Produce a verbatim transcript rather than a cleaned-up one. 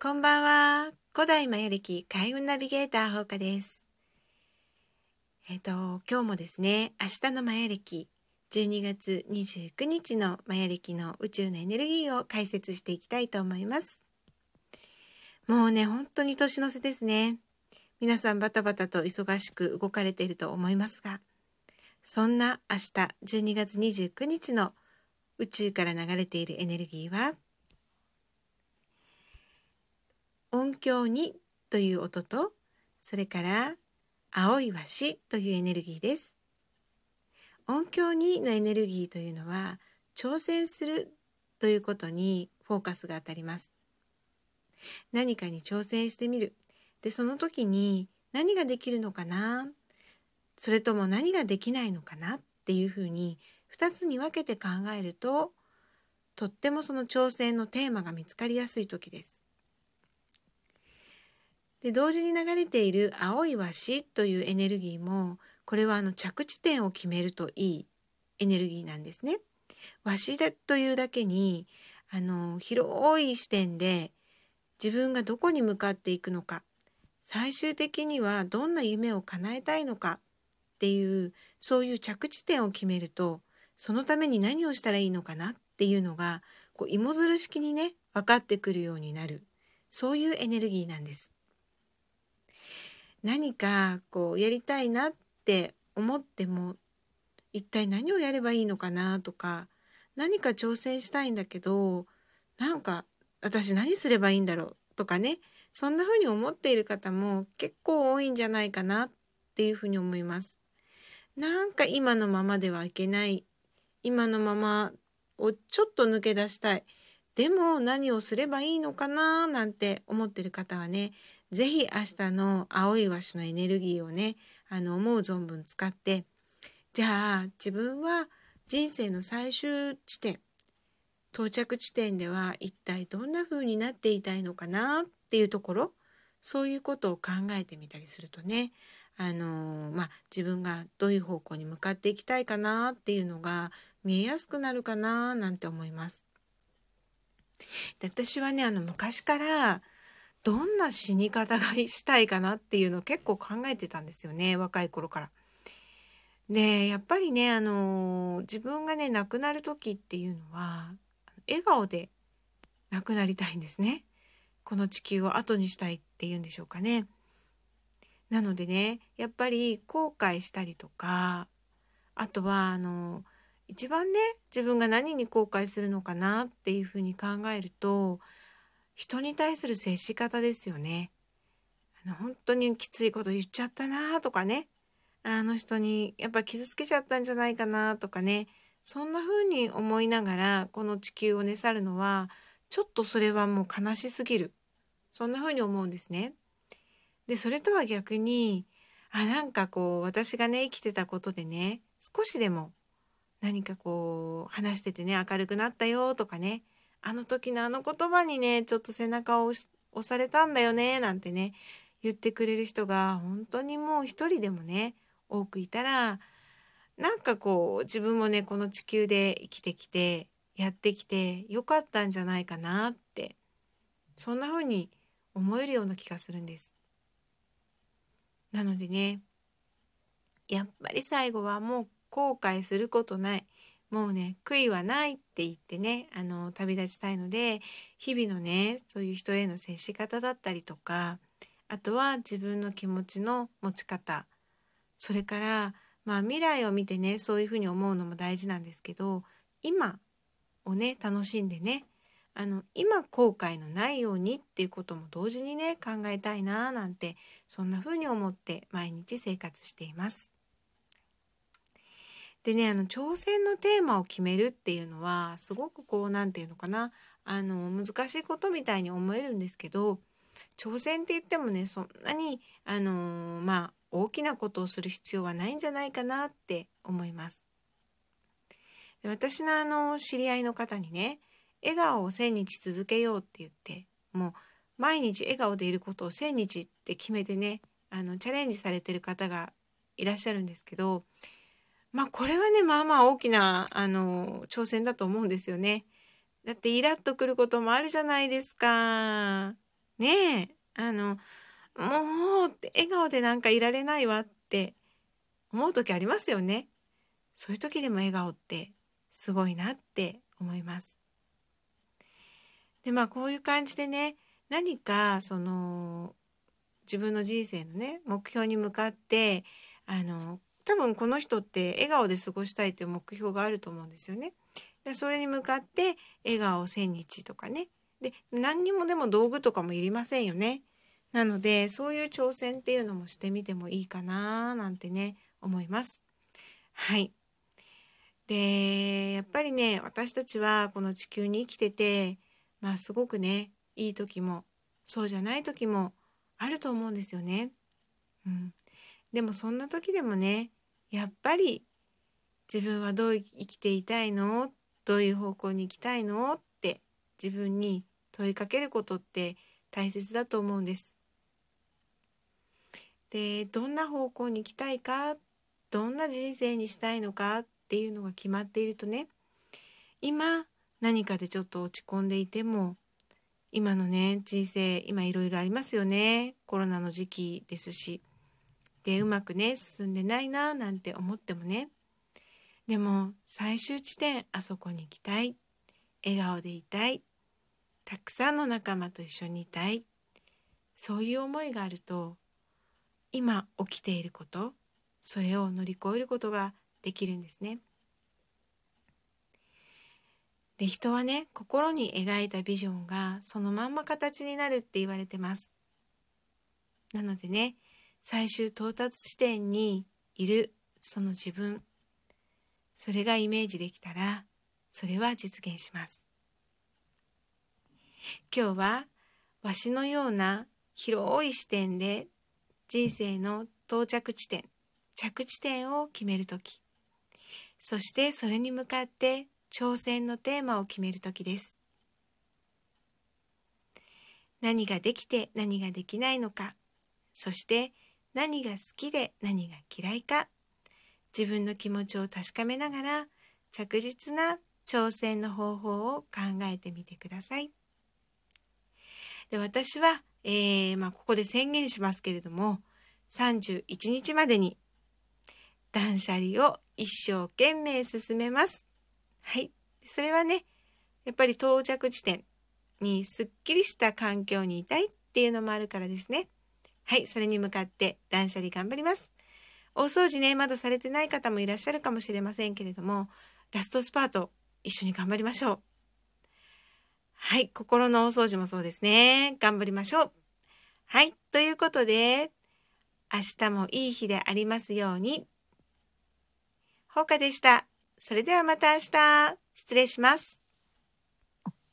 こんばんは。古代マヤ暦開運ナビゲーターほうかです。えっ、と、今日もですね、明日のマヤ暦じゅうにがつにじゅうくにちのマヤ暦の宇宙のエネルギーを解説していきたいと思います。もうね、本当に年の瀬ですね。皆さんバタバタと忙しく動かれていると思いますが、そんな明日じゅうにがつにじゅうくにちの宇宙から流れているエネルギーは、音響にという音と、それから青いわしというエネルギーです。音響にのエネルギーというのは、挑戦するということにフォーカスが当たります。何かに挑戦してみる。で、その時に何ができるのかな、それとも何ができないのかなっていうふうにふたつに分けて考えると、とってもその挑戦のテーマが見つかりやすい時です。で、同時に流れている青いわしというエネルギーも、これはあの着地点を決めるといいエネルギーなんですね。わしだというだけに、あの広い視点で自分がどこに向かっていくのか、最終的にはどんな夢を叶えたいのかっていう、そういう着地点を決めると、そのために何をしたらいいのかなっていうのが、こう芋づる式にね、分かってくるようになる、そういうエネルギーなんです。何かこうやりたいなって思っても、一体何をやればいいのかなとか、何か挑戦したいんだけど、なんか私何すればいいんだろうとかね、そんな風に思っている方も結構多いんじゃないかなっていうふうに思います。なんか今のままではいけない。今のままをちょっと抜け出したい。でも何をすればいいのかななんて思ってる方はね、ぜひ明日の青いわしのエネルギーをね、あの思う存分使って、じゃあ自分は人生の最終地点、到着地点では一体どんな風になっていたいのかなっていうところ、そういうことを考えてみたりするとね、あのーまあ自分がどういう方向に向かっていきたいかなっていうのが見えやすくなるかななんて思います。で、私はね、あの昔からどんな死に方がしたいかなっていうのを結構考えてたんですよね、若い頃から。で、やっぱりね、あの、自分がね、亡くなる時っていうのは、笑顔で亡くなりたいんですね。この地球を後にしたいっていうんでしょうかね。なのでね、やっぱり後悔したりとか、あとは、あの、一番ね、自分が何に後悔するのかなっていうふうに考えると、人に対する接し方ですよね。あの、本当にきついこと言っちゃったなとかね。あの人にやっぱ傷つけちゃったんじゃないかなとかね、そんな風に思いながらこの地球をね去るのは、ちょっとそれはもう悲しすぎる。そんな風に思うんですね。で、それとは逆に、あ、なんかこう私がね生きてたことでね、少しでも何かこう話しててね明るくなったよとかね、あの時のあの言葉にねちょっと背中を押し押されたんだよねなんてね言ってくれる人が本当にもう一人でもね多くいたら、なんかこう自分もねこの地球で生きてきてやってきてよかったんじゃないかなって、そんな風に思えるような気がするんです。なのでね、やっぱり最後はもう後悔することない。もうね、悔いはないって言ってね、あの、旅立ちたいので、日々のね、そういう人への接し方だったりとか、あとは自分の気持ちの持ち方、それから、まあ未来を見てね、そういうふうに思うのも大事なんですけど、今をね、楽しんでね、あの、今後悔のないようにっていうことも同時にね、考えたいななんて、そんなふうに思って毎日生活しています。でね、あの挑戦のテーマを決めるっていうのはすごくこうなんていうのかな、あの難しいことみたいに思えるんですけど、挑戦って言ってもねそんなにあのまあ大きなことをする必要はないんじゃないかなって思います。で、私のあの知り合いの方にね、笑顔をせんにち続けようって言って、もう毎日笑顔でいることをせんにちって決めてね、あのチャレンジされてる方がいらっしゃるんですけど、まあ、これはね、まあまあ大きな、あの、挑戦だと思うんですよね。だってイラッとくることもあるじゃないですか。 ねえ、あの、もうって笑顔でなんかいられないわって思う時ありますよね。そういう時でも笑顔ってすごいなって思います。で、まあこういう感じでね、何かその自分の人生のね、目標に向かって、あの、多分この人って笑顔で過ごしたいという目標があると思うんですよね。で、それに向かって笑顔せんにちとかね。で、何にもでも道具とかもいりませんよね。なので、そういう挑戦っていうのもしてみてもいいかななんてね、思います。はい。で、やっぱりね、私たちはこの地球に生きてて、まあすごくね、いい時も、そうじゃない時もあると思うんですよね。うん。でもそんな時でもね、やっぱり自分はどう生きていたいの？どういう方向に行きたいの？って自分に問いかけることって大切だと思うんです。で、どんな方向に行きたいか、どんな人生にしたいのかっていうのが決まっているとね、今何かでちょっと落ち込んでいても、今のね、人生、今いろいろありますよね。コロナの時期ですし。で、うまくね、進んでないななんて思ってもね。でも、最終地点、あそこに行きたい。笑顔でいたい。たくさんの仲間と一緒にいたい。そういう思いがあると、今起きていること、それを乗り越えることができるんですね。で、人はね、心に描いたビジョンがそのまんま形になるって言われてます。なのでね、最終到達地点にいるその自分、それがイメージできたら、それは実現します。今日は、わしのような広い視点で人生の到着地点、着地点を決めるとき、そしてそれに向かって挑戦のテーマを決めるときです。何ができて何ができないのか、そして何が好きで何が嫌いか、自分の気持ちを確かめながら着実な挑戦の方法を考えてみてください。で、私は、えーまあ、ここで宣言しますけれども、さんじゅういちにちまでに断捨離を一生懸命進めます。はい。それはね、やっぱり到着地点にすっきりした環境にいたいっていうのもあるからですね。はい。それに向かって断捨離頑張ります。大掃除ね、まだされてない方もいらっしゃるかもしれませんけれども、ラストスパート一緒に頑張りましょう。はい。心の大掃除もそうですね。頑張りましょう。はい。ということで、明日もいい日でありますように。ほうかでした。それではまた明日。失礼します。